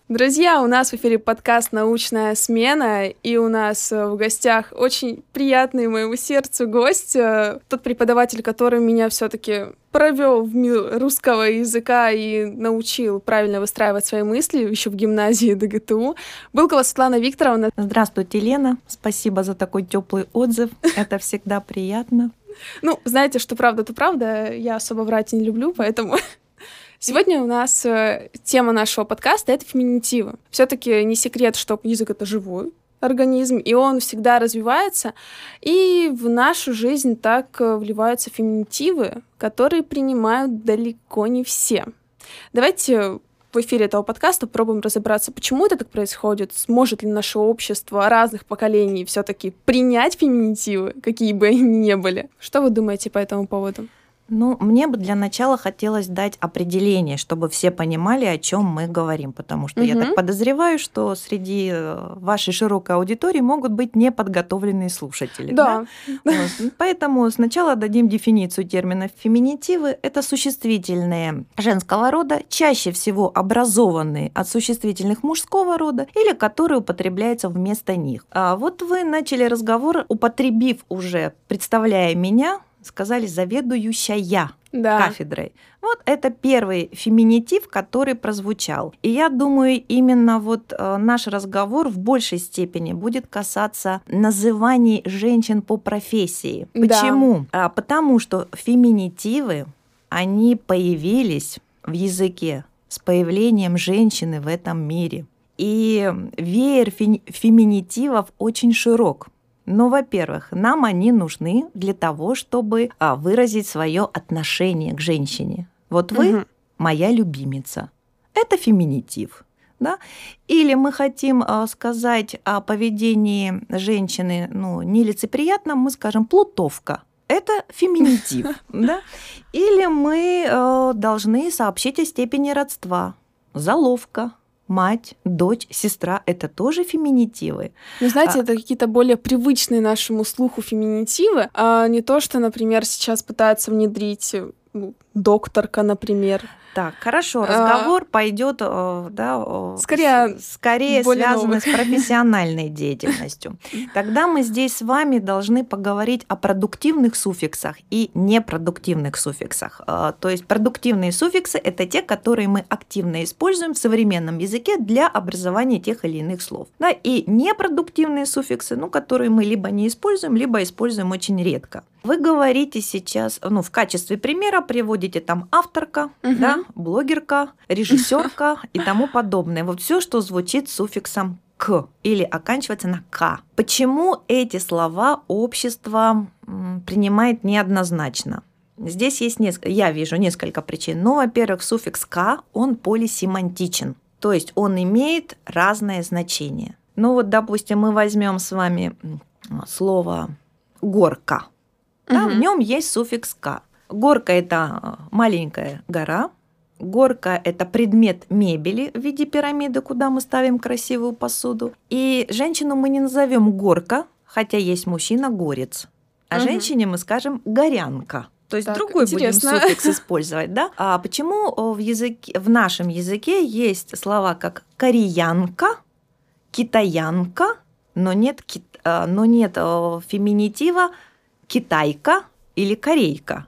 Друзья, у нас в эфире подкаст «Научная смена», и у нас в гостях очень приятный моему сердцу гость, тот преподаватель, который меня все-таки провел в мир русского языка и научил правильно выстраивать свои мысли еще в гимназии ДГТУ. Былкова Светлана Викторовна. Здравствуйте, Лена. Спасибо за такой теплый отзыв. Это всегда приятно. Ну, знаете, что правда, то правда. Я особо врать не люблю, поэтому... Сегодня у нас тема нашего подкаста — это феминитивы. Все-таки не секрет, что язык — это живой организм, и он всегда развивается. И в нашу жизнь так вливаются феминитивы, которые принимают далеко не все. Давайте в эфире этого подкаста попробуем разобраться, почему это так происходит, сможет ли наше общество разных поколений все-таки принять феминитивы, какие бы они ни были. Что вы думаете по этому поводу? Ну, мне бы для начала хотелось дать определение, чтобы все понимали, о чем мы говорим, потому что я так подозреваю, что среди вашей широкой аудитории могут быть неподготовленные слушатели. Да. Вот. Поэтому сначала дадим дефиницию термина феминитивы. Это существительные женского рода, чаще всего образованные от существительных мужского рода или которые употребляются вместо них. А вот вы начали разговор, употребив уже, представляя меня, сказали «заведующая» кафедрой. Вот это первый феминитив, который прозвучал. И я думаю, именно вот наш разговор в большей степени будет касаться называний женщин по профессии. Почему? Потому что феминитивы, они появились в языке с появлением женщины в этом мире. И веер феминитивов очень широк. Но, во-первых, нам они нужны для того, чтобы выразить свое отношение к женщине. Вот вы моя любимица. Это феминитив. Да? Или мы хотим сказать о поведении женщины нелицеприятном, мы скажем «плутовка». Это феминитив. Да? Или мы должны сообщить о степени родства. Заловка. Мать, дочь, сестра — это тоже феминитивы. Ну, знаете, это какие-то более привычные нашему слуху феминитивы, а не то, что, например, сейчас пытаются внедрить докторка, например. Так, хорошо, разговор пойдет, скорее связанный с профессиональной деятельностью. Тогда мы здесь с вами должны поговорить о продуктивных суффиксах и непродуктивных суффиксах. То есть продуктивные суффиксы — это те, которые мы активно используем в современном языке для образования тех или иных слов. Да, и непродуктивные суффиксы, которые мы либо не используем, либо используем очень редко. Вы говорите сейчас, в качестве примера приводите там авторка, да, блогерка, режиссерка и тому подобное. Вот все, что звучит с суффиксом «к» или оканчивается на «к». Почему эти слова общество принимает неоднозначно? Здесь есть я вижу несколько причин. Во-первых, суффикс «к», он полисемантичен, то есть он имеет разное значение. Допустим, мы возьмем с вами слово «горка». Да, в нем есть суффикс «к». Горка – это маленькая гора. Горка – это предмет мебели в виде пирамиды, куда мы ставим красивую посуду. И женщину мы не назовем горка, хотя есть мужчина горец. А женщине мы скажем горянка. То есть другой интересно. Будем суффикс использовать. Да? А почему в нашем языке есть слова как кореянка, китаянка, но нет феминитива китайка или корейка.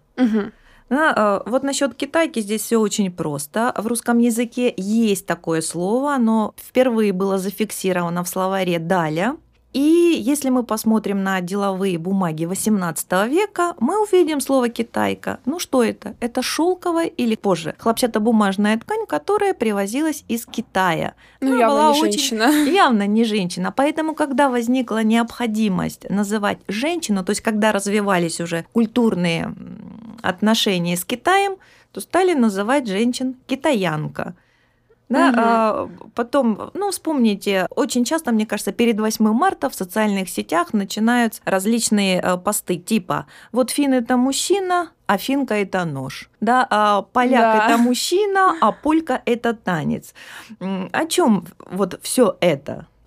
Вот насчет китайки здесь все очень просто. В русском языке есть такое слово, оно впервые было зафиксировано в словаре Даля. И если мы посмотрим на деловые бумаги XVIII века, мы увидим слово «китайка». Что это? Это шелковая или позже хлопчатобумажная ткань, которая привозилась из Китая. Явно не женщина. Явно не женщина. Поэтому, когда возникла необходимость называть женщину, то есть когда развивались уже культурные отношения с Китаем, то стали называть женщин китаянка. Да, потом, вспомните, очень часто, мне кажется, перед 8 марта в социальных сетях начинаются различные посты типа «Вот фин – это мужчина, а финка – это нож». Да, а поляк – это мужчина, а полька – это танец. О чем вот все это?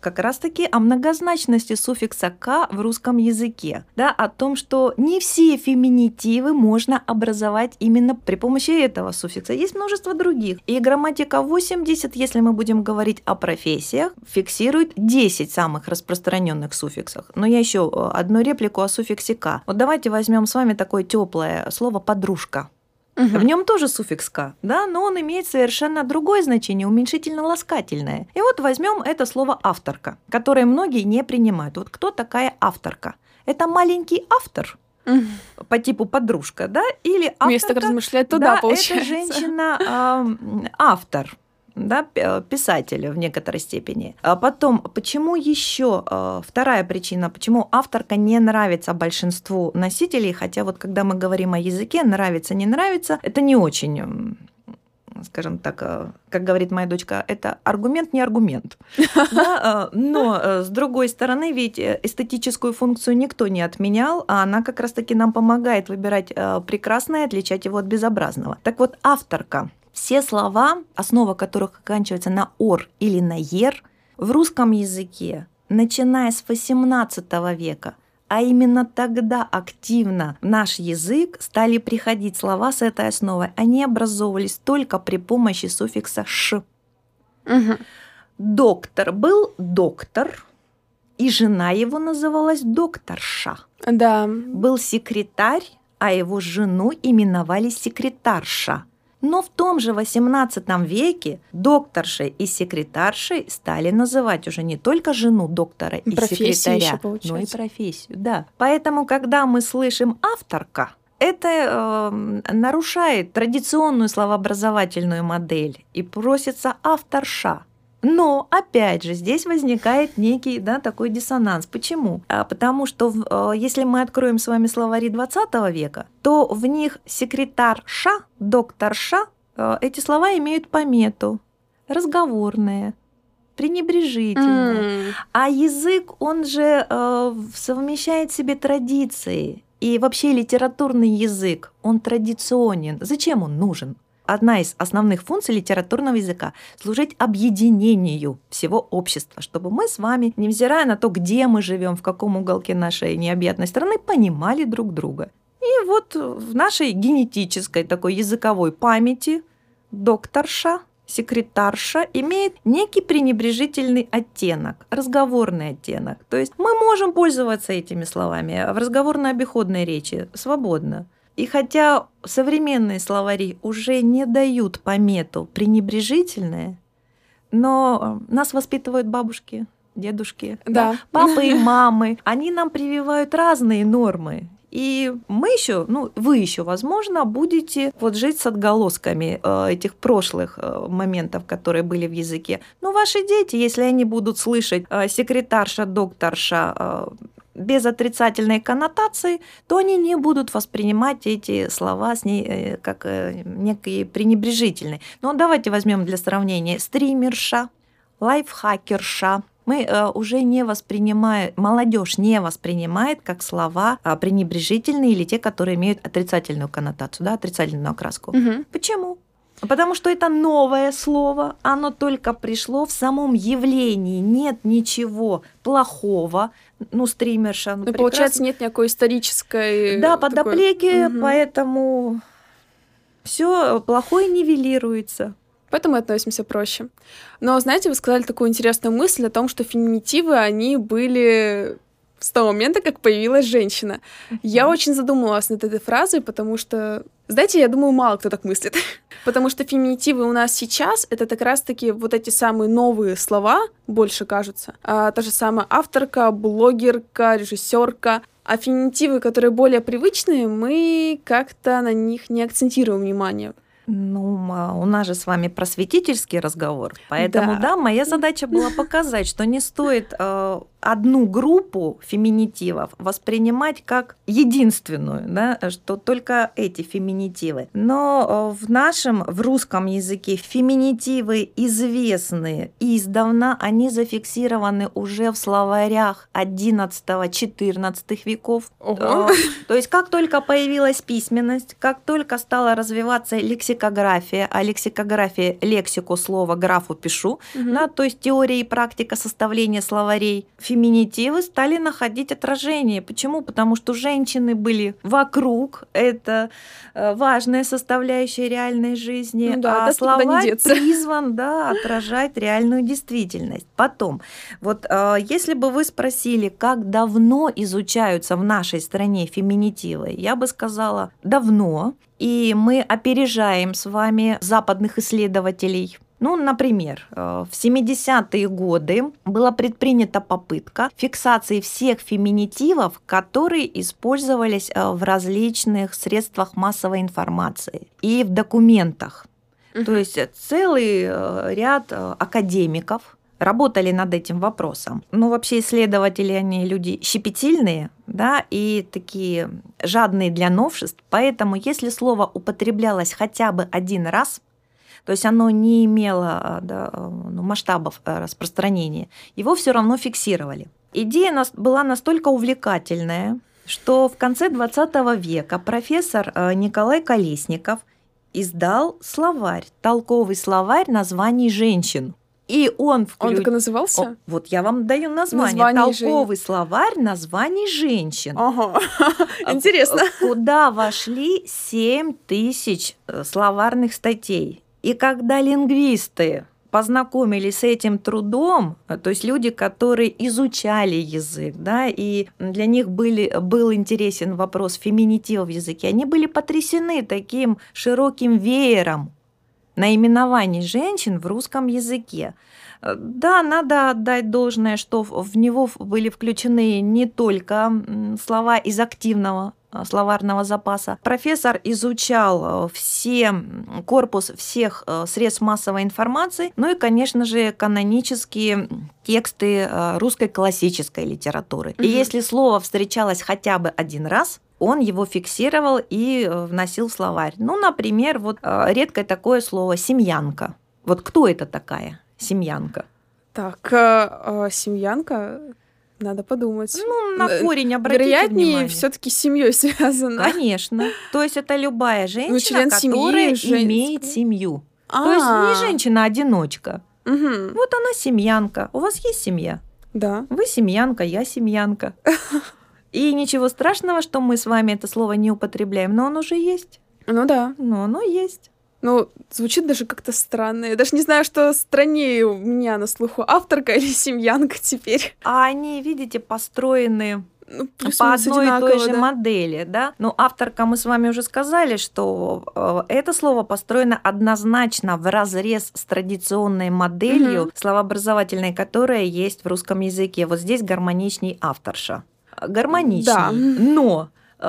как раз-таки о многозначности суффикса «к» в русском языке, да, о том, что не все феминитивы можно образовать именно при помощи этого суффикса. Есть множество других. И грамматика 80, если мы будем говорить о профессиях, фиксирует 10 самых распространенных суффиксов. Но я еще одну реплику о суффиксе «к». Вот давайте возьмем с вами такое теплое слово «подружка». В нем тоже суффикс «к», да, но он имеет совершенно другое значение, уменьшительно-ласкательное. И вот возьмем это слово «авторка», которое многие не принимают. Вот кто такая авторка? Это маленький автор по типу подружка, да, или авторка. Вместо размышлять туда, да, получается. Это женщина-автор. Да, писателя в некоторой степени. А потом, почему еще вторая причина, почему авторка не нравится большинству носителей, хотя вот когда мы говорим о языке, нравится, не нравится, это не очень, скажем так, как говорит моя дочка, это аргумент, не аргумент. Но, с другой стороны, ведь эстетическую функцию никто не отменял, а она как раз-таки нам помогает выбирать прекрасное, отличать его от безобразного. Так вот, авторка. Все слова, основа которых оканчивается на «ор» или на «ер», в русском языке, начиная с XVIII века, а именно тогда активно в наш язык стали приходить слова с этой основой. Они образовывались только при помощи суффикса «ш». Доктор был доктор, и жена его называлась докторша. Да. Был секретарь, а его жену именовали секретарша. Но в том же XVIII веке докторшей и секретаршей стали называть уже не только жену доктора и секретаря, но и профессию. Да. Поэтому, когда мы слышим «авторка», это нарушает традиционную словообразовательную модель и просится «авторша». Но, опять же, здесь возникает некий, да, такой диссонанс. Почему? Потому что если мы откроем с вами словари XX века, то в них секретарша, докторша, эти слова имеют помету разговорные, пренебрежительные. А язык, он же совмещает в себе традиции. И вообще литературный язык, он традиционен. Зачем он нужен? Одна из основных функций литературного языка – служить объединению всего общества, чтобы мы с вами, невзирая на то, где мы живем, в каком уголке нашей необъятной страны, понимали друг друга. И вот в нашей генетической такой языковой памяти докторша, секретарша имеет некий пренебрежительный оттенок, разговорный оттенок. То есть мы можем пользоваться этими словами в разговорно-обиходной речи свободно. И хотя современные словари уже не дают помету пренебрежительное, но нас воспитывают бабушки, дедушки, да. Папы и мамы. Они нам прививают разные нормы. И мы еще, вы еще, возможно, будете вот жить с отголосками этих прошлых моментов, которые были в языке. Но ваши дети, если они будут слышать секретарша, докторша, без отрицательной коннотации, то они не будут воспринимать эти слова с ней как некие пренебрежительные. Но давайте возьмем для сравнения стримерша, лайфхакерша. Мы уже не воспринимаем, молодежь не воспринимает как слова пренебрежительные или те, которые имеют отрицательную коннотацию, да, отрицательную окраску. Почему? Потому что это новое слово, оно только пришло в самом явлении, нет ничего плохого. Стримерша. Получается, нет никакой исторической... Да, подоплеки, поэтому все плохое нивелируется. Поэтому относимся проще. Но, знаете, вы сказали такую интересную мысль о том, что феминитивы, они были с того момента, как появилась женщина. Я очень задумалась над этой фразой, потому что, знаете, я думаю, мало кто так мыслит. Потому что феминитивы у нас сейчас — это как раз-таки вот эти самые новые слова, больше кажутся. Та же самая авторка, блогерка, режиссерка. А феминитивы, которые более привычные, мы как-то на них не акцентируем внимание. У нас же с вами просветительский разговор, поэтому, да, моя задача была показать, что не стоит одну группу феминитивов воспринимать как единственную, да, что только эти феминитивы. Но в русском языке феминитивы известны и издавна, они зафиксированы уже в словарях XI-XIV веков. Ого. То есть как только появилась письменность, как только стала развиваться лексикология, лексикография, а лексикография лексику слова графу пишу, да, то есть теория и практика составления словарей. Феминитивы стали находить отражение. Почему? Потому что женщины были вокруг, это важная составляющая реальной жизни, ну да, а словарь призван, да, отражать реальную действительность. Потом, вот если бы вы спросили, как давно изучаются в нашей стране феминитивы, я бы сказала, давно, и мы опережаем с вами западных исследователей. Ну, например, в 70-е годы была предпринята попытка фиксации всех феминитивов, которые использовались в различных средствах массовой информации и в документах. То есть целый ряд академиков работали над этим вопросом. Ну, вообще исследователи, они люди щепетильные, да, и такие жадные для новшеств, поэтому если слово употреблялось хотя бы один раз, то есть оно не имело, да, масштабов распространения, его все равно фиксировали. Идея была настолько увлекательная, что в конце XX века профессор Николай Колесников издал словарь, толковый словарь названий женщин. И он так и назывался? Вот я вам даю название. Толковый словарь названий женщин. Ага. Интересно. Куда вошли 7000 словарных статей. И когда лингвисты познакомились с этим трудом, то есть люди, которые изучали язык, да, и для них был интересен вопрос феминитива в языке, они были потрясены таким широким веером наименований женщин в русском языке. Да, надо отдать должное, что в него были включены не только слова из активного словарного запаса. Профессор изучал корпус всех средств массовой информации, ну и, конечно же, канонические тексты русской классической литературы. И если слово встречалось хотя бы один раз, он его фиксировал и вносил в словарь. Ну, например, вот редкое такое слово «семьянка». Вот кто это такая семьянка? Так, семьянка... Надо подумать. Ну, на корень обратите вероятнее, внимание. Всё-таки с семьей связано. Конечно. То есть это любая женщина, которая имеет семью. То есть не женщина-одиночка. Вот она семьянка. У вас есть семья? Да. Вы семьянка, я семьянка. И ничего страшного, что мы с вами это слово не употребляем, но оно уже есть. Ну да. Но оно есть. Ну, звучит даже как-то странно. Я даже не знаю, что страннее у меня на слуху, авторка или семьянка теперь. А они, видите, построены по одной и той же модели, да? Ну, авторка, мы с вами уже сказали, что это слово построено однозначно вразрез с традиционной моделью словообразовательной, которая есть в русском языке. Вот здесь гармоничней авторша. Гармоничней. Да. Но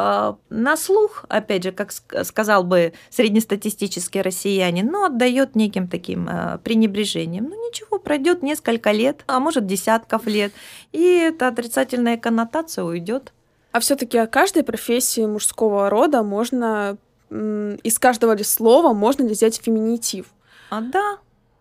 на слух, опять же, как сказал бы среднестатистический россиянин, отдает неким таким пренебрежением. Ну ничего, пройдет несколько лет, а может десятков лет, и эта отрицательная коннотация уйдет. А все-таки о каждой профессии мужского рода можно из каждого ли слова можно ли взять феминитив? Да,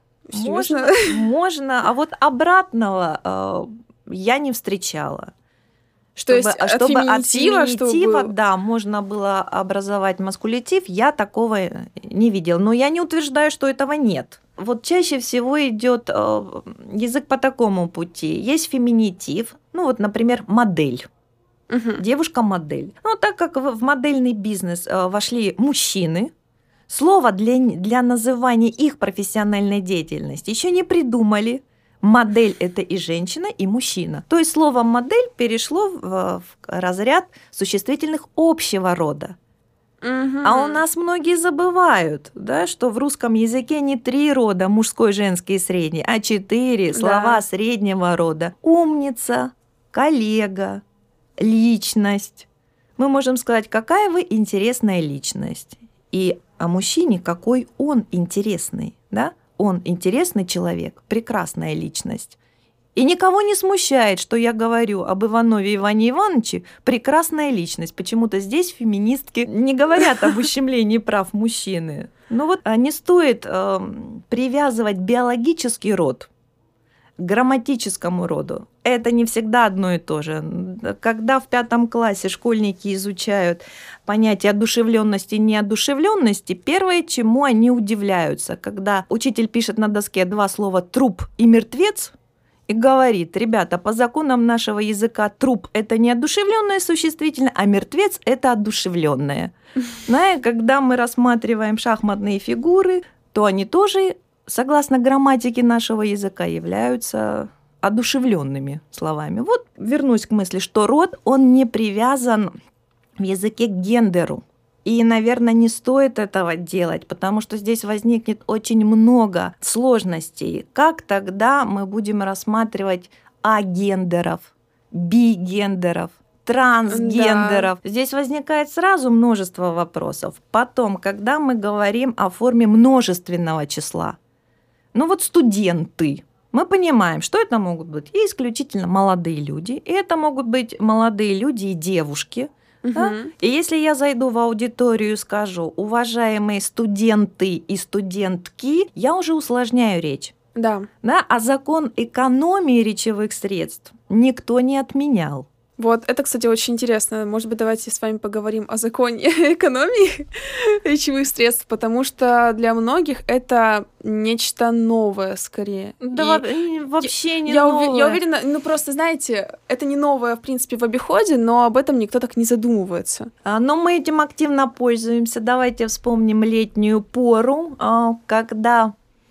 можно. А вот обратного я не встречала. Чтобы от феминитива, да, можно было образовать маскулятив, я такого не видела. Но я не утверждаю, что этого нет. Вот чаще всего идет язык по такому пути. Есть феминитив, например, модель. Девушка-модель. Так как в модельный бизнес вошли мужчины, слово для называния их профессиональной деятельности еще не придумали. Модель – это и женщина, и мужчина. То есть слово «модель» перешло в разряд существительных общего рода. А у нас многие забывают, да, что в русском языке не 3 рода – мужской, женский и средний, а 4 слова среднего рода. Умница, коллега, личность. Мы можем сказать, какая вы интересная личность. И о мужчине, какой он интересный, да? Он интересный человек, прекрасная личность. И никого не смущает, что я говорю об Иванове Иване Ивановиче прекрасная личность. Почему-то здесь феминистки не говорят об ущемлении прав мужчины. Но не стоит привязывать биологический род к грамматическому роду. это не всегда одно и то же. Когда в 5 классе школьники изучают понятие одушевленности и неодушевленности, первое, чему они удивляются, когда учитель пишет на доске 2 слова «труп» и «мертвец», и говорит: ребята, по законам нашего языка труп – это неодушевленное существительное, а мертвец – это одушевленное. Но когда мы рассматриваем шахматные фигуры, то они тоже, согласно грамматике нашего языка, являются одушевленными словами. Вот вернусь к мысли, что род, он не привязан в языке к гендеру. И, наверное, не стоит этого делать, потому что здесь возникнет очень много сложностей. Как тогда мы будем рассматривать агендеров, бигендеров, трансгендеров? Да. Здесь возникает сразу множество вопросов. Потом, когда мы говорим о форме множественного числа, вот студенты, мы понимаем, что это могут быть и исключительно молодые люди, и это могут быть молодые люди и девушки. Да? И если я зайду в аудиторию и скажу: уважаемые студенты и студентки, я уже усложняю речь. Да. А закон экономии речевых средств никто не отменял. Вот, это, кстати, очень интересно. Может быть, давайте с вами поговорим о законе экономии речевых средств, потому что для многих это нечто новое, скорее. Да, вообще не новое. Я уверена, просто, знаете, это не новое, в принципе, в обиходе, но об этом никто так не задумывается. Но мы этим активно пользуемся. Давайте вспомним летнюю пору, когда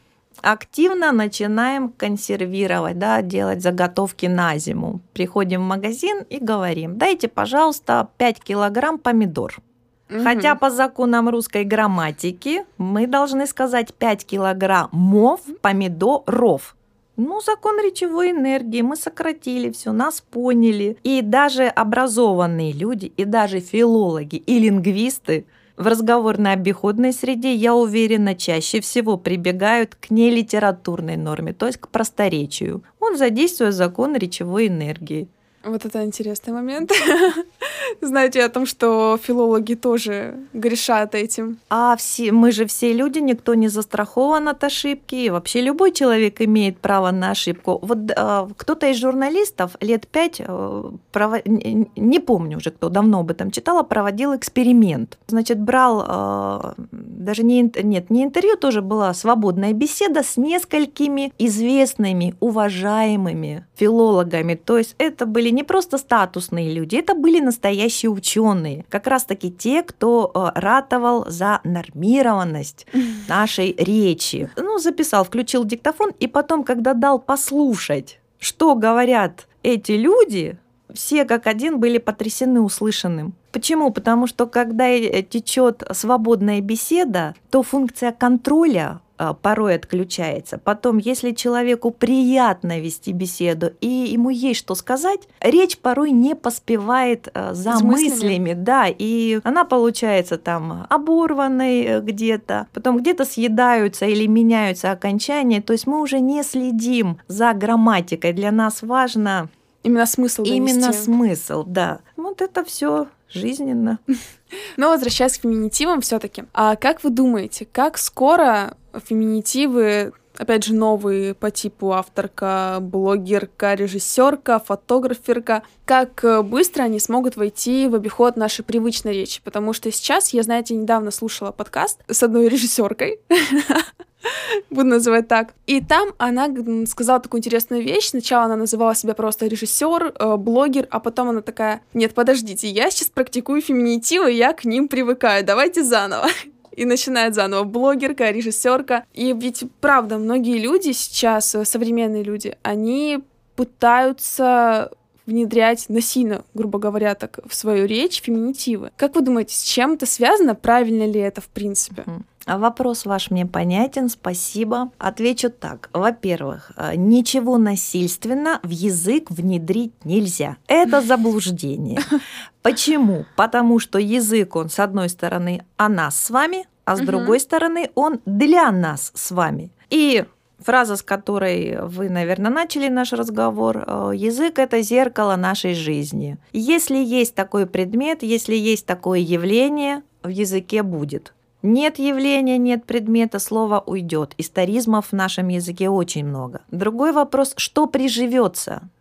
активно начинаем консервировать, делать заготовки на зиму. Приходим в магазин и говорим: дайте, пожалуйста, 5 килограмм помидор. Хотя по законам русской грамматики мы должны сказать 5 килограммов помидоров. Закон речевой энергии, мы сократили все, нас поняли. И даже образованные люди, и даже филологи и лингвисты в разговорно-обиходной среде, я уверена, чаще всего прибегают к нелитературной норме, то есть к просторечию. Он задействует закон речевой энергии. Вот это интересный момент. Знаете о том, что филологи тоже грешат этим? Мы же все люди, никто не застрахован от ошибки. И вообще любой человек имеет право на ошибку. Вот кто-то из журналистов лет 5, не помню уже кто, давно об этом читала, проводил эксперимент. Значит, брал даже не интервью, тоже была свободная беседа с несколькими известными, уважаемыми филологами. То есть это были не просто статусные люди, это были настоящие ученые. Как раз-таки те, кто ратовал за нормированность нашей речи. Записал, включил диктофон, и потом, когда дал послушать, что говорят эти люди, все как один были потрясены услышанным. Почему? Потому что когда течет свободная беседа, то функция контроля порой отключается. Потом, если человеку приятно вести беседу и ему есть что сказать, речь порой не поспевает за мыслями, и она получается там оборванной где-то, потом где-то съедаются или меняются окончания, то есть мы уже не следим за грамматикой, для нас важно именно смысл донести. Именно смысл, да. Вот это все жизненно. Но возвращаясь к феминитивам все-таки, а как вы думаете, как скоро феминитивы, опять же, новые по типу авторка, блогерка, режиссерка, фотограферка, как быстро они смогут войти в обиход нашей привычной речи? Потому что сейчас, я, знаете, недавно слушала подкаст с одной режиссеркой, буду называть так. И там она сказала такую интересную вещь. Сначала она называла себя просто режиссер, блогер, а потом она такая: нет, подождите, я сейчас практикую феминитивы, я к ним привыкаю, давайте заново. И начинает заново: блогерка, режиссерка. И ведь, правда, многие люди сейчас, современные люди, они пытаются внедрять насильно, грубо говоря, так, в свою речь феминитивы. Как вы думаете, с чем это связано? Правильно ли это в принципе? Вопрос ваш мне понятен, спасибо. Отвечу так. Во-первых, ничего насильственно в язык внедрить нельзя. Это заблуждение. Почему? Потому что язык, он, с одной стороны, о нас с вами, а с другой стороны, он для нас с вами. И фраза, с которой вы, наверное, начали наш разговор: язык – это зеркало нашей жизни. Если есть такой предмет, если есть такое явление, в языке будет. Нет явления, нет предмета, слово уйдет. Историзмов в нашем языке очень много. Другой вопрос: что приживется?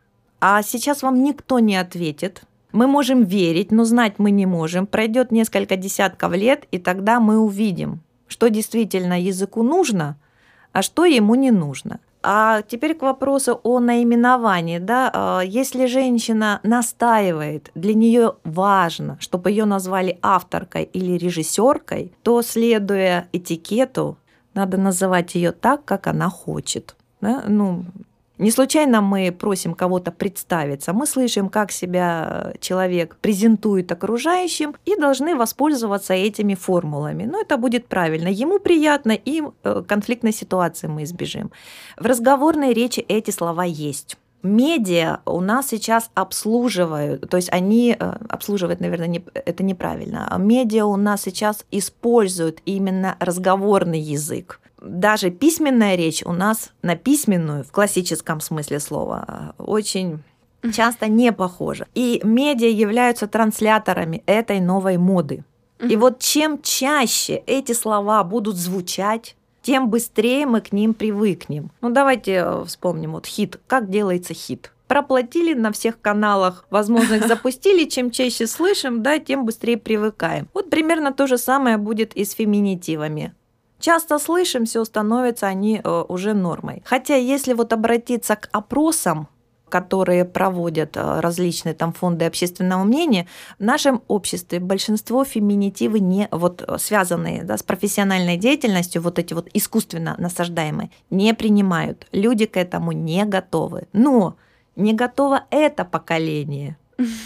А сейчас вам никто не ответит. Мы можем верить, но знать мы не можем. Пройдет несколько десятков лет, и тогда мы увидим, что действительно языку нужно, а что ему не нужно. А теперь к вопросу о наименовании. Да? Если женщина настаивает, для нее важно, чтобы ее назвали авторкой или режиссеркой, то, следуя этикету, надо называть ее так, как она хочет. Да? Не случайно мы просим кого-то представиться. Мы слышим, как себя человек презентует окружающим, и должны воспользоваться этими формулами. Это будет правильно. Ему приятно, и конфликтной ситуации мы избежим. В разговорной речи эти слова есть. Медиа у нас сейчас обслуживают, то есть они обслуживают, наверное, это неправильно. Медиа у нас сейчас используют именно разговорный язык. Даже письменная речь у нас на письменную, в классическом смысле слова, очень часто не похожа. И медиа являются трансляторами этой новой моды. И вот чем чаще эти слова будут звучать, тем быстрее мы к ним привыкнем. Давайте вспомним хит. Как делается хит? Проплатили на всех каналах возможных, запустили, чем чаще слышим, тем быстрее привыкаем. Примерно то же самое будет и с феминитивами. Часто слышим, все становятся они уже нормой. Хотя если обратиться к опросам, которые проводят различные фонды общественного мнения, в нашем обществе большинство феминитивы не связанные с профессиональной деятельностью, эти искусственно насаждаемые, не принимают. Люди к этому не готовы. Но не готово это поколение.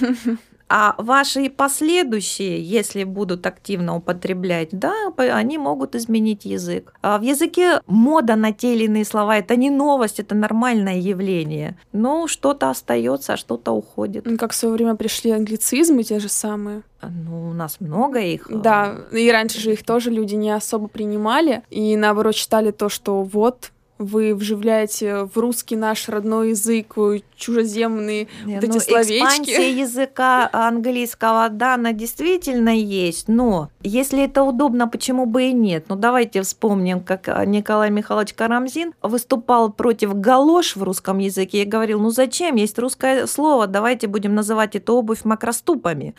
А ваши последующие, если будут активно употреблять, они могут изменить язык. А в языке мода на те или иные слова – это не новость, это нормальное явление. Но что-то остается, а что-то уходит. Как в свое время пришли англицизмы те же самые. У нас много их. Да, и раньше же их тоже люди не особо принимали, и наоборот считали то, что вы вживляете в русский наш родной язык чужеземные эти словечки. Экспансия языка английского, она действительно есть, но если это удобно, почему бы и нет? Давайте вспомним, как Николай Михайлович Карамзин выступал против галош в русском языке и говорил, зачем, есть русское слово, давайте будем называть эту обувь макроступами.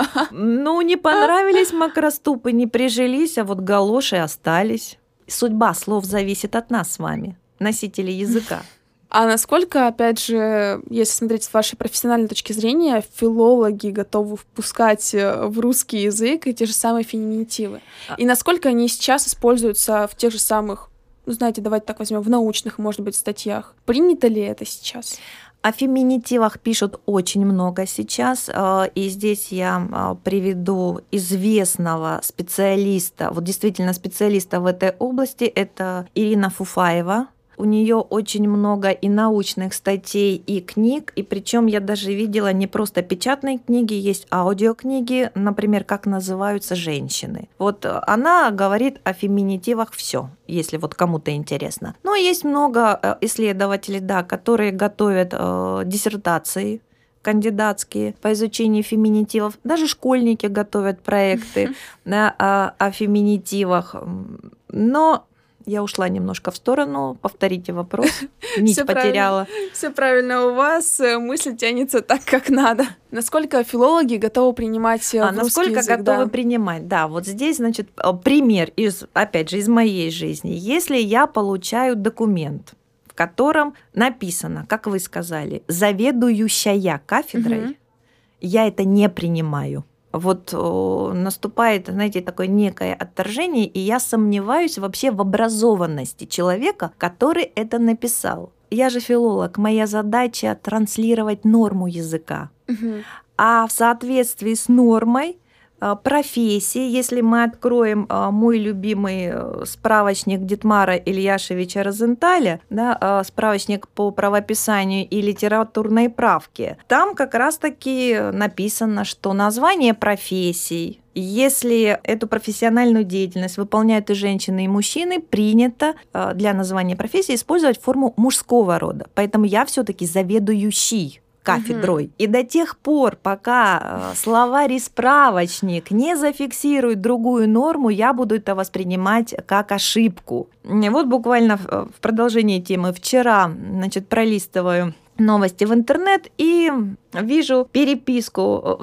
Не понравились макроступы, не прижились, а галоши остались. Судьба слов зависит от нас с вами, носителей языка. А насколько, опять же, если смотреть с вашей профессиональной точки зрения, филологи готовы впускать в русский язык эти же самые феминитивы? И насколько они сейчас используются в тех же самых, давайте так возьмем, в научных, может быть, статьях? Принято ли это сейчас? О феминитивах пишут очень много сейчас, и здесь я приведу известного специалиста, действительно специалиста в этой области, это Ирина Фуфаева. У нее очень много и научных статей, и книг, и причем я даже видела не просто печатные книги, есть аудиокниги, например, как называются женщины. Она говорит о феминитивах все, если кому-то интересно. Но есть много исследователей, которые готовят диссертации кандидатские по изучению феминитивов. Даже школьники готовят проекты о феминитивах. Но я ушла немножко в сторону. Повторите вопрос. Нить потеряла. Все правильно у вас. Мысль тянется так, как надо. Насколько филологи готовы принимать русский язык? Насколько готовы принимать? Да, здесь, пример опять же, из моей жизни. Если я получаю документ, в котором написано, как вы сказали, заведующая кафедрой, я это не принимаю. Наступает, такое некое отторжение, и я сомневаюсь вообще в образованности человека, который это написал. Я же филолог, моя задача транслировать норму языка. А в соответствии с нормой профессии, если мы откроем мой любимый справочник Дитмара Ильяшевича Розенталя, справочник по правописанию и литературной правке, там как раз-таки написано, что название профессий, если эту профессиональную деятельность выполняют и женщины, и мужчины, принято для названия профессии использовать форму мужского рода. Поэтому я все-таки заведующий кафедрой. И до тех пор, пока словарь и справочник не зафиксируют другую норму, я буду это воспринимать как ошибку. Буквально в продолжении темы вчера, пролистываю новости в интернет и вижу переписку.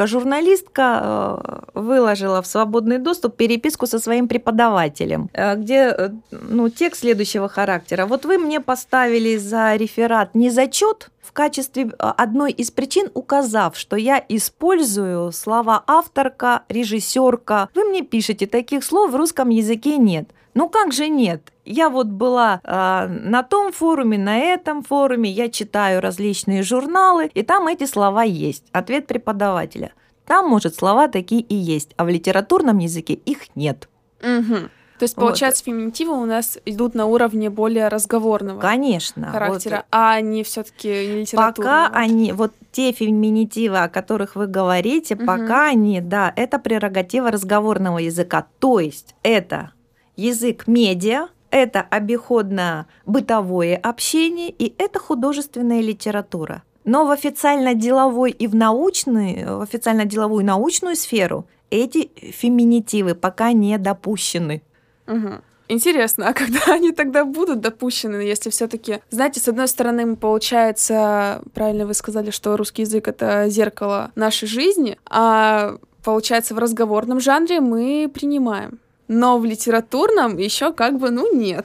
Девушка-журналистка выложила в свободный доступ переписку со своим преподавателем, где текст следующего характера. Вот вы мне поставили за реферат незачет в качестве одной из причин, указав, что я использую слова авторка, режиссерка. Вы мне пишете, таких слов в русском языке нет. Ну как же нет? Я вот была на том форуме, на этом форуме, я читаю различные журналы, и там эти слова есть. Ответ преподавателя. Там, может, слова такие и есть, а в литературном языке их нет. Угу. То есть, получается, феминитивы у нас идут на уровне более разговорного характера, а не все-таки литературного. Пока они, вот те феминитивы, о которых вы говорите, пока они, да, это прерогатива разговорного языка. То есть это язык медиа, это обиходно-бытовое общение, и это художественная литература. Но в официально-деловой и в официально-деловую и научную сферу эти феминитивы пока не допущены. Угу. Интересно, а когда они тогда будут допущены, если все-таки, знаете, с одной стороны, получается, правильно вы сказали, что русский язык — это зеркало нашей жизни, а получается, в разговорном жанре мы принимаем. Но в литературном еще нет.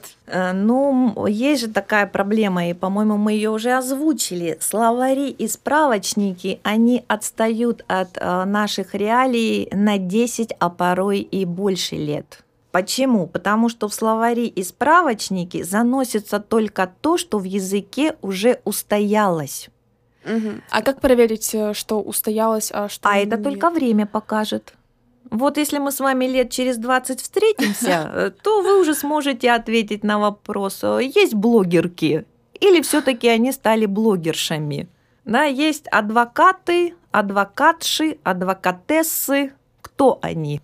Есть же такая проблема, и, по-моему, мы ее уже озвучили. Словари и справочники, они отстают от наших реалий на 10, а порой и больше лет. Почему? Потому что в словари и справочники заносится только то, что в языке уже устоялось. Угу. А как проверить, что устоялось, а что нет? Это только время покажет. Вот если мы с вами лет через 20 встретимся, то вы уже сможете ответить на вопрос, есть блогерки или все-таки они стали блогершами. Да, есть адвокаты, адвокатши, адвокатессы. Кто они?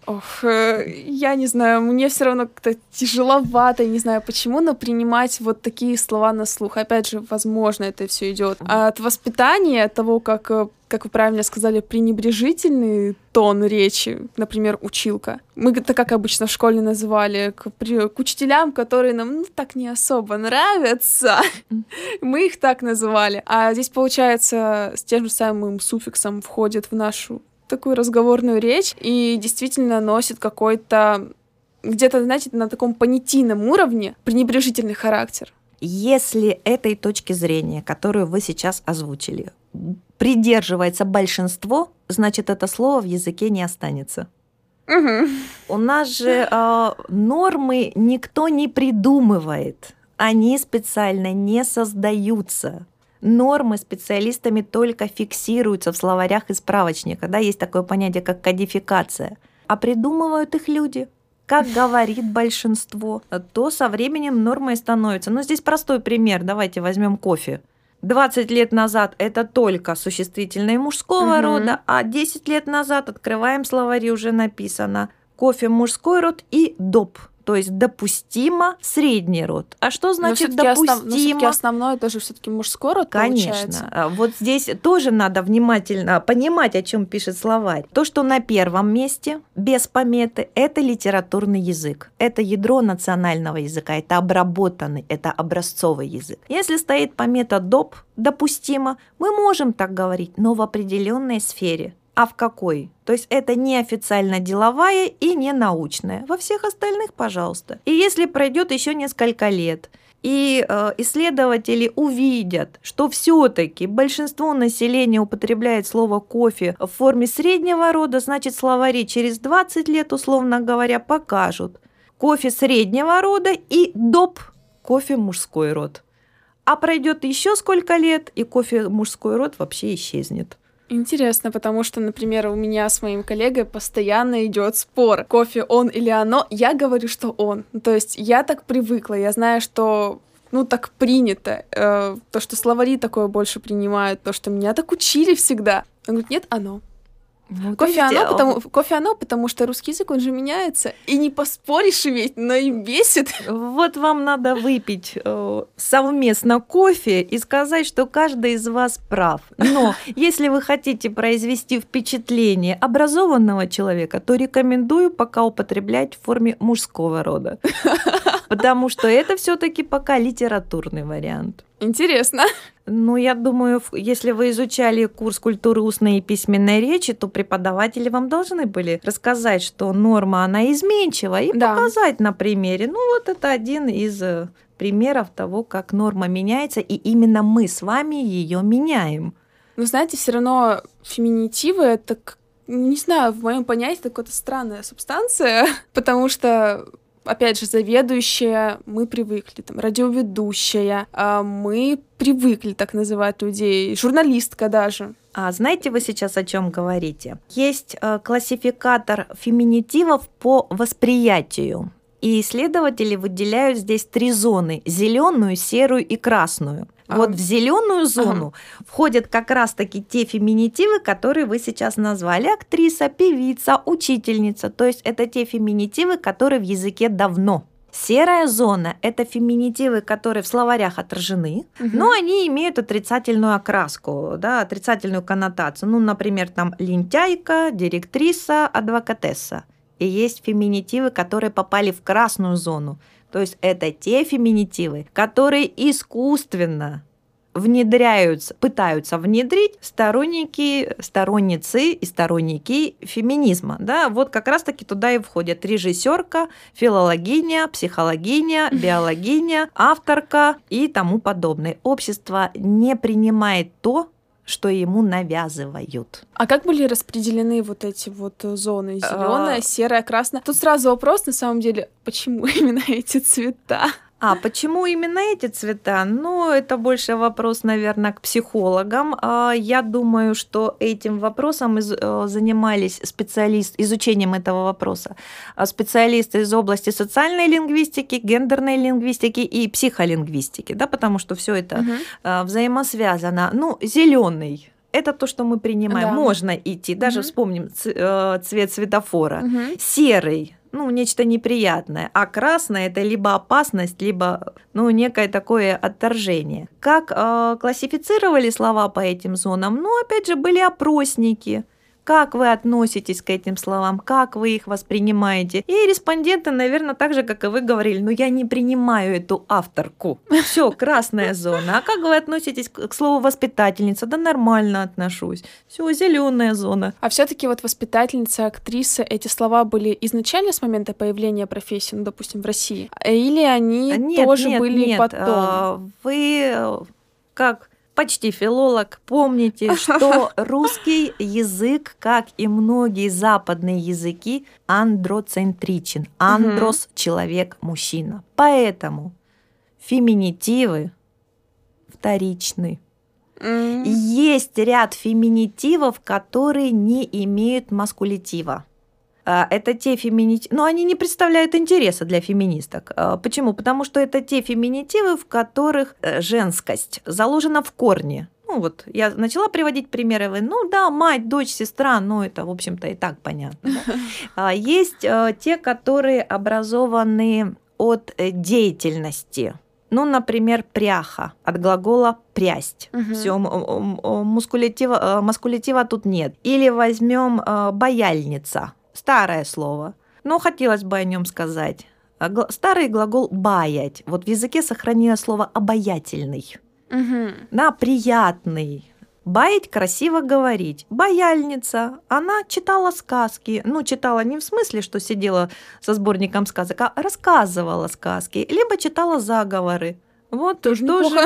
Я не знаю, мне все равно как-то тяжеловато, не знаю почему, но принимать вот такие слова на слух. Опять же, возможно, это все идет от воспитания, от того, как вы правильно сказали, пренебрежительный тон речи, например, училка. Мы это как обычно в школе называли, к учителям, которые нам так не особо нравятся. Мы их так называли. А здесь, получается, с тем же самым суффиксом входит в нашу такую разговорную речь и действительно носит какой-то где-то, знаете, на таком понятийном уровне пренебрежительный характер. Если этой точки зрения, которую вы сейчас озвучили, придерживается большинство, значит, это слово в языке не останется. Угу. У нас же нормы никто не придумывает, они специально не создаются. Нормы специалистами только фиксируются в словарях и справочниках. Да, есть такое понятие, как кодификация. А придумывают их люди. Как говорит большинство, то со временем нормой становится. Но здесь простой пример. Давайте возьмем кофе. 20 лет назад это только существительное мужского рода, а 10 лет назад открываем словари, уже написано кофе мужской род и доп. То есть допустимо средний род. А что значит допустимо? Но все-таки основное это же все-таки мужской род, получается. Конечно. Вот здесь тоже надо внимательно понимать, о чем пишет словарь. То, что на первом месте, без пометы, это литературный язык. Это ядро национального языка, это обработанный, это образцовый язык. Если стоит помета доп, допустимо, мы можем так говорить, но в определенной сфере. А в какой? То есть это не официально деловая и не научная. Во всех остальных, пожалуйста. И если пройдет еще несколько лет, и исследователи увидят, что все-таки большинство населения употребляет слово кофе в форме среднего рода, значит, словари через 20 лет, условно говоря, покажут кофе среднего рода и доп. Кофе мужской род. А пройдет еще сколько лет, и кофе мужской род вообще исчезнет. Интересно, потому что, например, у меня с моим коллегой постоянно идет спор. Кофе он или оно? Я говорю, что он. То есть я так привыкла, я знаю, что так принято. То, что словари такое больше принимают, то, что меня так учили всегда. Он говорит, нет, оно. Кофе оно, потому что русский язык, он же меняется. И не поспоришь ведь, но и бесит. Вот вам надо выпить совместно кофе и сказать, что каждый из вас прав. Но если вы хотите произвести впечатление образованного человека, то рекомендую пока употреблять в форме мужского рода. Потому что это все-таки пока литературный вариант. Интересно. Ну, я думаю, если вы изучали курс культуры устной и письменной речи, то преподаватели вам должны были рассказать, что норма, она изменчива, и показать на примере. Ну, вот это один из примеров того, как норма меняется, и именно мы с вами ее меняем. Но знаете, все равно феминитивы — это, не знаю, в моем понятии, это какая-то странная субстанция, потому что, опять же, заведующая, мы привыкли, там, радиоведущая, мы привыкли так называть людей, журналистка даже. А знаете, вы сейчас о чем говорите? Есть классификатор феминитивов по восприятию. И исследователи выделяют здесь 3 зоны: зеленую, серую и красную. Вот в зеленую зону входят как раз-таки те феминитивы, которые вы сейчас назвали: актриса, певица, учительница. То есть это те феминитивы, которые в языке давно. Серая зона – это феминитивы, которые в словарях отражены, но они имеют отрицательную окраску, да, отрицательную коннотацию. Ну, например, там лентяйка, директриса, адвокатесса. И есть феминитивы, которые попали в красную зону. То есть это те феминитивы, которые искусственно пытаются внедрить сторонницы и сторонники феминизма. Да? Вот как раз-таки туда и входят режиссерка, филологиня, психологиня, биологиня, авторка и тому подобное. Общество не принимает то, что ему навязывают. А как были распределены вот эти вот зоны? Зеленая, серая, красная? Тут сразу вопрос, на самом деле, почему именно эти цвета? Почему именно эти цвета? Ну, это больше вопрос, наверное, к психологам. Я думаю, что этим вопросом занимались изучением этого вопроса специалисты из области социальной лингвистики, гендерной лингвистики и психолингвистики, да, потому что все это взаимосвязано. Ну, зеленый. Это то, что мы принимаем. Да. Можно идти, даже вспомним цвет светофора. Серый. Ну, нечто неприятное. А красное – это либо опасность, либо, некое такое отторжение. Как классифицировали слова по этим зонам? Ну, опять же, были опросники. Как вы относитесь к этим словам, как вы их воспринимаете. И респонденты, наверное, так же, как и вы, говорили: я не принимаю эту авторку. Все, красная зона. А как вы относитесь к слову воспитательница? Да нормально отношусь. Все, зеленая зона. А все-таки вот воспитательница, актриса, эти слова были изначально с момента появления профессии, допустим, в России? Или они тоже были потом? Вы как почти филолог, помните, что русский язык, как и многие западные языки, андроцентричен. Андрос – человек-мужчина. Поэтому феминитивы вторичны. Есть ряд феминитивов, которые не имеют маскулитива. Это те феминитивы, но они не представляют интереса для феминисток. Почему? Потому что это те феминитивы, в которых женскость заложена в корне. Ну вот, я начала приводить примеры, мать, дочь, сестра, это, в общем-то, и так понятно. Да? Есть те, которые образованы от деятельности. Ну, например, пряха, от глагола прясть. Все, маскулитива тут нет. Или возьмем бояльница. Старое слово, но хотелось бы о нем сказать. Старый глагол «баять». Вот в языке сохранилось слово «обаятельный». Да, приятный. Баять – красиво говорить. Бояльница, она читала сказки. Читала не в смысле, что сидела со сборником сказок, а рассказывала сказки. Либо читала заговоры. Вот тоже.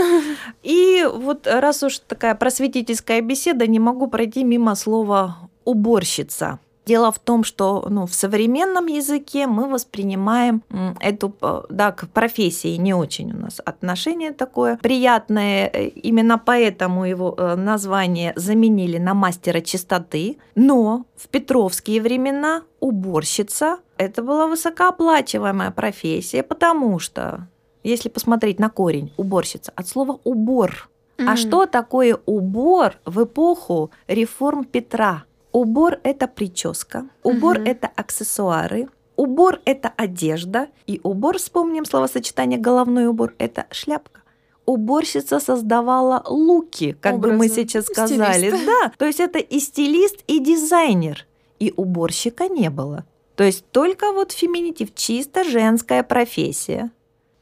И вот раз уж такая просветительская беседа, не могу пройти мимо слова «уборщица». Дело в том, что в современном языке мы воспринимаем эту, к профессии не очень у нас отношение такое приятное. Именно поэтому его название заменили на мастера чистоты. Но в петровские времена уборщица – это была высокооплачиваемая профессия, потому что, если посмотреть на корень уборщица, от слова «убор». А что такое убор в эпоху реформ Петра? Убор – это прическа, убор – это аксессуары, убор – это одежда, и убор, вспомним словосочетание «головной убор» – это шляпка. Уборщица создавала луки, как бы мы сейчас сказали. Да, то есть это и стилист, и дизайнер, и уборщика не было. То есть только вот феминитив, чисто женская профессия.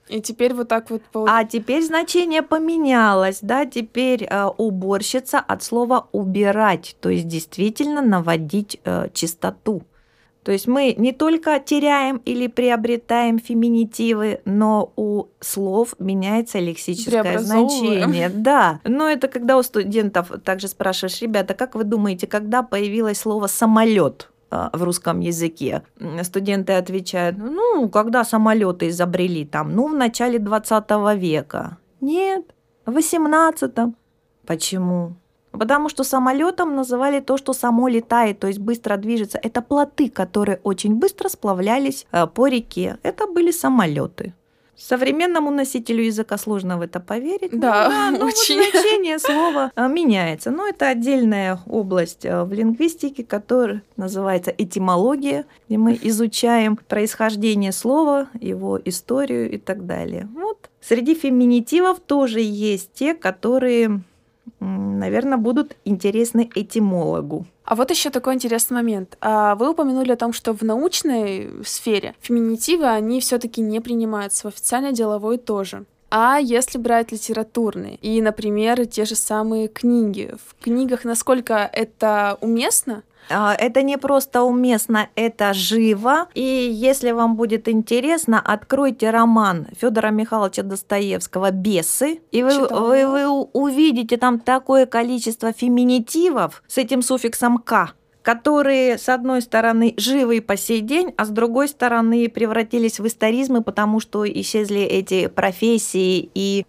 И теперь вот так вот... А теперь значение поменялось, да, теперь уборщица от слова «убирать», то есть действительно наводить чистоту. То есть мы не только теряем или приобретаем феминитивы, но у слов меняется лексическое значение. Да, но это когда у студентов также спрашиваешь: ребята, как вы думаете, когда появилось слово «самолет» в русском языке? Студенты отвечают: когда самолеты изобрели, в начале 20 века. Нет, в 18-м. Почему? Потому что самолетом называли то, что само летает, то есть быстро движется. Это плоты, которые очень быстро сплавлялись по реке. Это были самолеты. Современному носителю языка сложно в это поверить. Да, но очень. Вот значение слова меняется. Но это отдельная область в лингвистике, которая называется этимология, где мы изучаем происхождение слова, его историю и так далее. Вот. Среди феминитивов тоже есть те, которые, наверное, будут интересны этимологу. А вот еще такой интересный момент. Вы упомянули о том, что в научной сфере феминитивы, они все-таки не принимаются, в официальной деловой тоже. А если брать литературные и, например, те же самые книги, в книгах насколько это уместно? Это не просто уместно, это живо. И если вам будет интересно, откройте роман Федора Михайловича Достоевского «Бесы», и вы увидите там такое количество феминитивов с этим суффиксом «к», которые, с одной стороны, живы и по сей день, а с другой стороны, превратились в историзмы, потому что исчезли эти профессии и,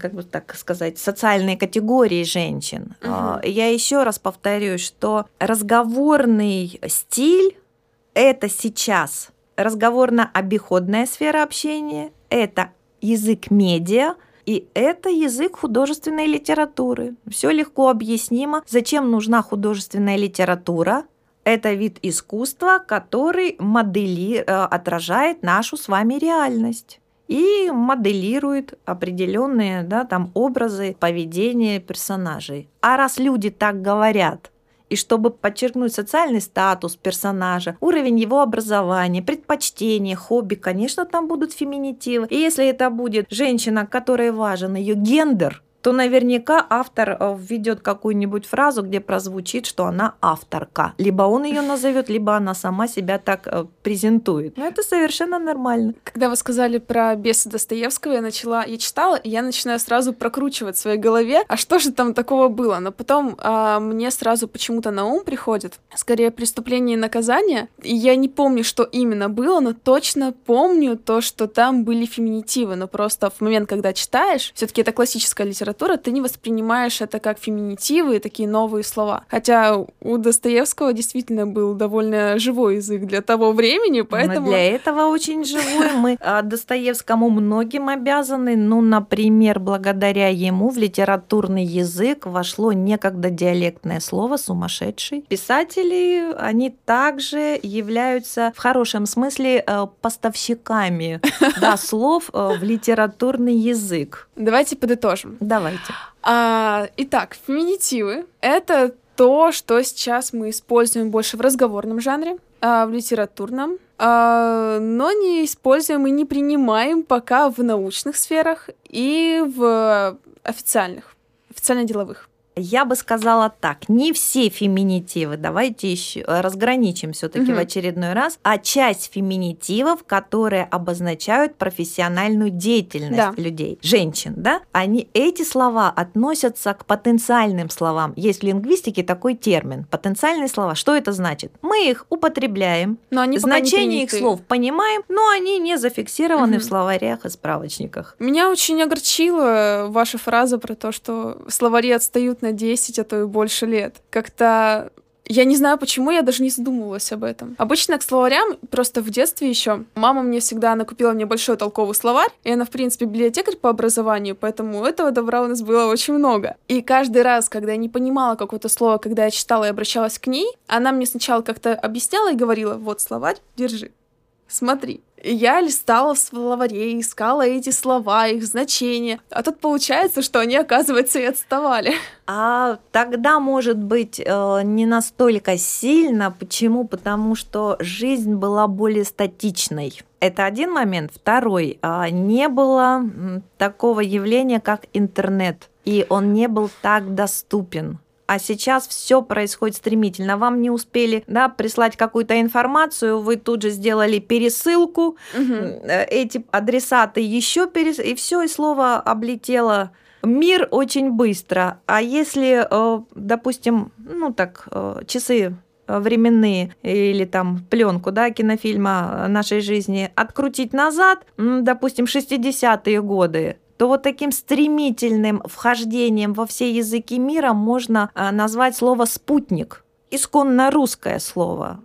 социальные категории женщин. Угу. Я еще раз повторюсь, что разговорный стиль – это сейчас разговорно-обиходная сфера общения, это язык медиа, и это язык художественной литературы. Все легко объяснимо. Зачем нужна художественная литература? Это вид искусства, который отражает нашу с вами реальность и моделирует определенные образы поведения персонажей. А раз люди так говорят, и чтобы подчеркнуть социальный статус персонажа, уровень его образования, предпочтения, хобби, конечно, там будут феминитивы. И если это будет женщина, которой важен ее гендер, то наверняка автор введет какую-нибудь фразу, где прозвучит, что она авторка. Либо он ее назовет, либо она сама себя так презентует. Но это совершенно нормально. Когда вы сказали про «Бесы» Достоевского, я читала, и я начинаю сразу прокручивать в своей голове, а что же там такого было? Но потом мне сразу почему-то на ум приходит, скорее, «Преступление и наказание». И я не помню, что именно было, но точно помню то, что там были феминитивы. Но просто в момент, когда читаешь, все-таки это классическая литература, ты не воспринимаешь это как феминитивы и такие новые слова. Хотя у Достоевского действительно был довольно живой язык для того времени, поэтому... Но для этого очень живой. Мы Достоевскому многим обязаны. Например, благодаря ему в литературный язык вошло некогда диалектное слово «сумасшедший». Писатели, они также являются в хорошем смысле поставщиками слов в литературный язык. Давайте подытожим. Давайте. Итак, феминитивы — это то, что сейчас мы используем больше в разговорном жанре, в литературном, но не используем и не принимаем пока в научных сферах и в официально-деловых. Я бы сказала так, не все феминитивы, давайте еще разграничим все-таки в очередной раз, а часть феминитивов, которые обозначают профессиональную деятельность людей, женщин, эти слова относятся к потенциальным словам. Есть в лингвистике такой термин, потенциальные слова. Что это значит? Мы их употребляем, но они значение их слов понимаем, но они не зафиксированы в словарях и справочниках. Меня очень огорчила ваша фраза про то, что словари отстают на 10, а то и больше лет. Как-то я не знаю почему, я даже не задумывалась об этом. Обычно к словарям, просто в детстве еще мама мне всегда накупила мне большой толковый словарь, и она, в принципе, библиотекарь по образованию, поэтому этого добра у нас было очень много. И каждый раз, когда я не понимала какое-то слово, когда я читала и обращалась к ней, она мне сначала как-то объясняла и говорила: вот словарь, держи. Смотри, я листала в словаре, искала эти слова, их значения, а тут получается, что они, оказывается, и отставали. А тогда, может быть, не настолько сильно. Почему? Потому что жизнь была более статичной. Это один момент. Второй. Не было такого явления, как интернет, и он не был так доступен. А сейчас все происходит стремительно. Вам не успели, да, прислать какую-то информацию, вы тут же сделали пересылку, эти адресаты еще и все, и слово облетело мир очень быстро. А если, допустим, часы временные или там пленку, да, кинофильма нашей жизни открутить назад, допустим, 60-е годы, то вот таким стремительным вхождением во все языки мира можно назвать слово «спутник», исконно русское слово.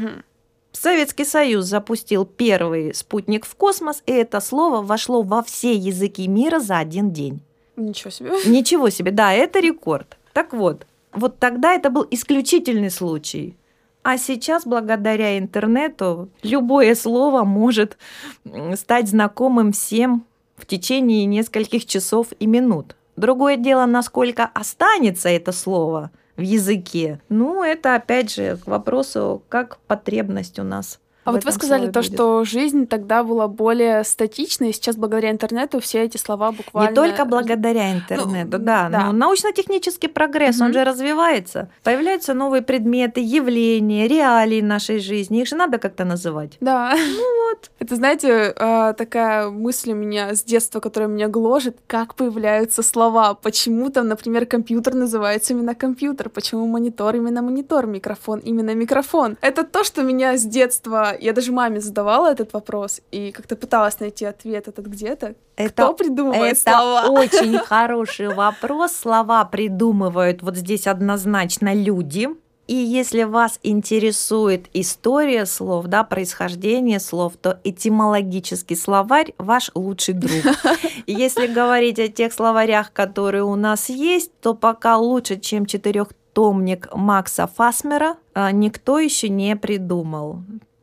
Советский Союз запустил первый спутник в космос, и это слово вошло во все языки мира за один день. Ничего себе. Ничего себе, да, это рекорд. Так вот тогда это был исключительный случай. А сейчас, благодаря интернету, любое слово может стать знакомым всем в течение нескольких часов и минут. Другое дело, насколько останется это слово в языке. Это опять же к вопросу, как потребность у нас. А вот вы сказали то, что жизнь тогда была более статичной, и сейчас благодаря интернету все эти слова буквально... Не только благодаря интернету, да. Но научно-технический прогресс, он же развивается. Появляются новые предметы, явления, реалии нашей жизни. Их же надо как-то называть. Да. Это, знаете, такая мысль у меня с детства, которая меня гложет, как появляются слова. Почему там, например, компьютер называется именно компьютер, почему монитор именно монитор, микрофон именно микрофон. Это то, что меня с детства... Я даже маме задавала этот вопрос и как-то пыталась найти ответ этот где-то. Кто придумывает слова? Это очень хороший вопрос. Слова придумывают вот здесь однозначно люди. И если вас интересует история слов, да, происхождение слов, то этимологический словарь – ваш лучший друг. И если говорить о тех словарях, которые у нас есть, то пока лучше, чем 4-томник Макса Фасмера, никто еще не придумал.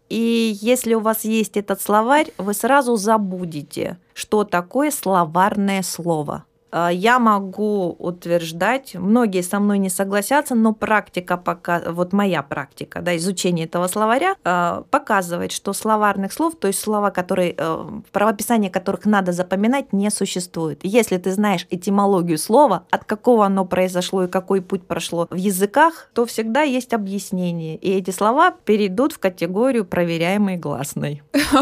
И если у вас есть этот словарь, вы сразу забудете, что такое словарное слово. Я могу утверждать, многие со мной не согласятся, но практика вот моя практика, да, изучение этого словаря показывает, что словарных слов, то есть слова, правописание которых надо запоминать, не существует. Если ты знаешь этимологию слова, от какого оно произошло и какой путь прошло в языках, то всегда есть объяснение. И эти слова перейдут в категорию проверяемой гласной.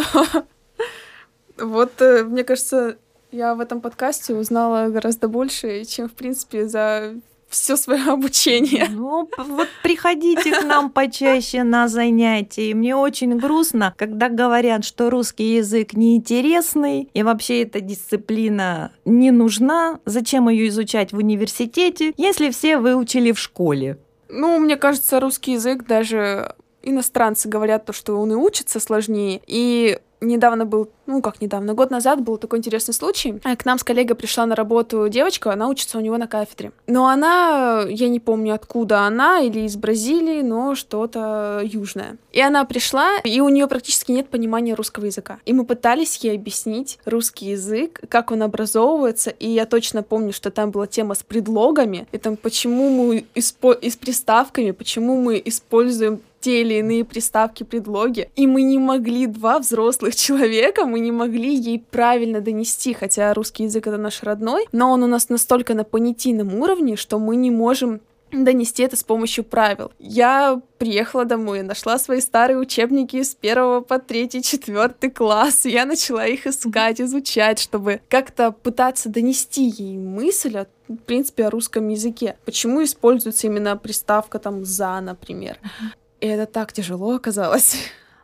Вот, мне кажется, я в этом подкасте узнала гораздо больше, чем, в принципе, за все свое обучение. Вот приходите к нам почаще на занятия. Мне очень грустно, когда говорят, что русский язык неинтересный, и вообще эта дисциплина не нужна. Зачем ее изучать в университете, если все выучили в школе? Мне кажется, русский язык, даже иностранцы говорят то, что он и учится сложнее. И недавно был, год назад был такой интересный случай. К нам с коллегой пришла на работу девочка, она учится у него на кафедре. Но она, я не помню, откуда она, или из Бразилии, но что-то южное. И она пришла, и у нее практически нет понимания русского языка. И мы пытались ей объяснить русский язык, как он образовывается, и я точно помню, что там была тема с предлогами, и там почему мы и с приставками, почему мы используем те или иные приставки, предлоги, и мы не могли, два взрослых человека, мы не могли ей правильно донести, хотя русский язык — это наш родной, но он у нас настолько на понятийном уровне, что мы не можем донести это с помощью правил. Я приехала домой, нашла свои старые учебники с 1 по 3, 4 класс, и я начала их искать, изучать, чтобы как-то пытаться донести ей мысль в принципе, о русском языке. Почему используется именно приставка там «за», например. И это так тяжело оказалось.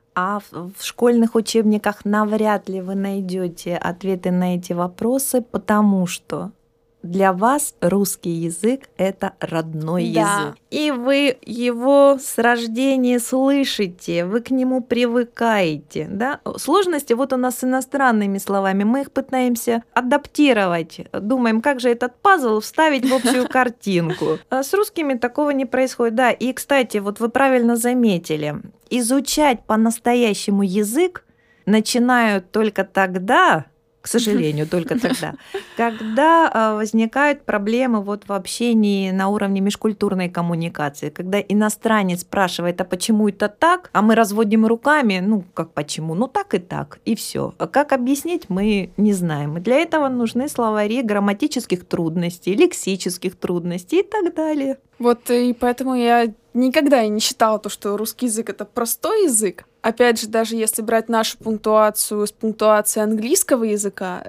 А в школьных учебниках навряд ли вы найдете ответы на эти вопросы, потому что для вас русский язык — это родной язык. И вы его с рождения слышите, вы к нему привыкаете. Да? Сложности вот у нас с иностранными словами. Мы их пытаемся адаптировать. Думаем, как же этот пазл вставить в общую картинку. А с русскими такого не происходит. Да, и, кстати, вот вы правильно заметили, изучать по-настоящему язык начинают только тогда, к сожалению, только тогда, когда возникают проблемы вот в общении на уровне межкультурной коммуникации, когда иностранец спрашивает, а почему это так, а мы разводим руками, ну как почему, ну так и все. А как объяснить, мы не знаем. И для этого нужны словари грамматических трудностей, лексических трудностей и так далее. Вот и поэтому я никогда и не считала то, что русский язык — это простой язык. Опять же, даже если брать нашу пунктуацию с пунктуацией английского языка,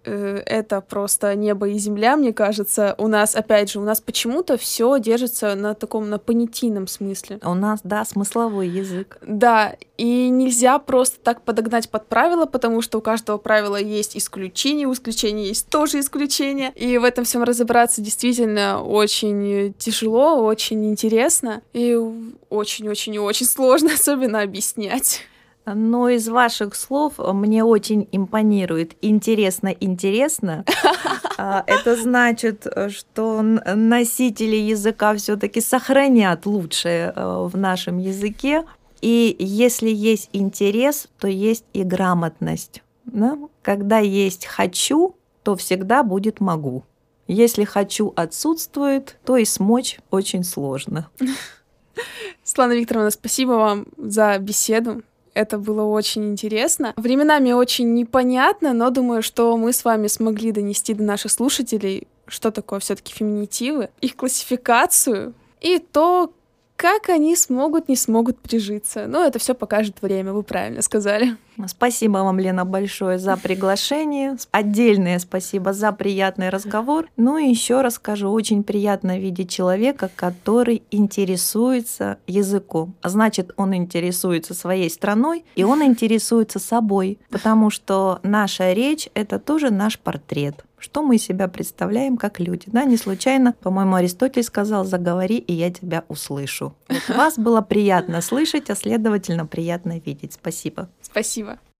это просто небо и земля, мне кажется. У нас, опять же, почему-то все держится на таком, на понятийном смысле. У нас, да, смысловой язык. Да, и нельзя просто так подогнать под правила, потому что у каждого правила есть исключение, у исключения есть тоже исключение. И в этом всем разобраться действительно очень тяжело, очень интересно и очень-очень-очень сложно, особенно объяснять. Но из ваших слов мне очень импонирует интересно. Это значит, что носители языка все-таки сохранят лучшее в нашем языке. И если есть интерес, то есть и грамотность. Да? Когда есть «хочу», то всегда будет «могу». Если «хочу» отсутствует, то и смочь очень сложно. Светлана Викторовна, спасибо вам за беседу. Это было очень интересно. Временами очень непонятно, но думаю, что мы с вами смогли донести до наших слушателей, что такое все-таки феминитивы, их классификацию и то, как они смогут, не смогут прижиться. Но это все покажет время, вы правильно сказали. Спасибо вам, Лена, большое за приглашение. Отдельное спасибо за приятный разговор. Ну и еще раз скажу, очень приятно видеть человека, который интересуется языком. А значит, он интересуется своей страной, и он интересуется собой, потому что наша речь — это тоже наш портрет. Что мы из себя представляем как люди. Да, не случайно, по-моему, Аристотель сказал: «Заговори, и я тебя услышу». Вот вас было приятно слышать, а следовательно, приятно видеть. Спасибо. Спасибо.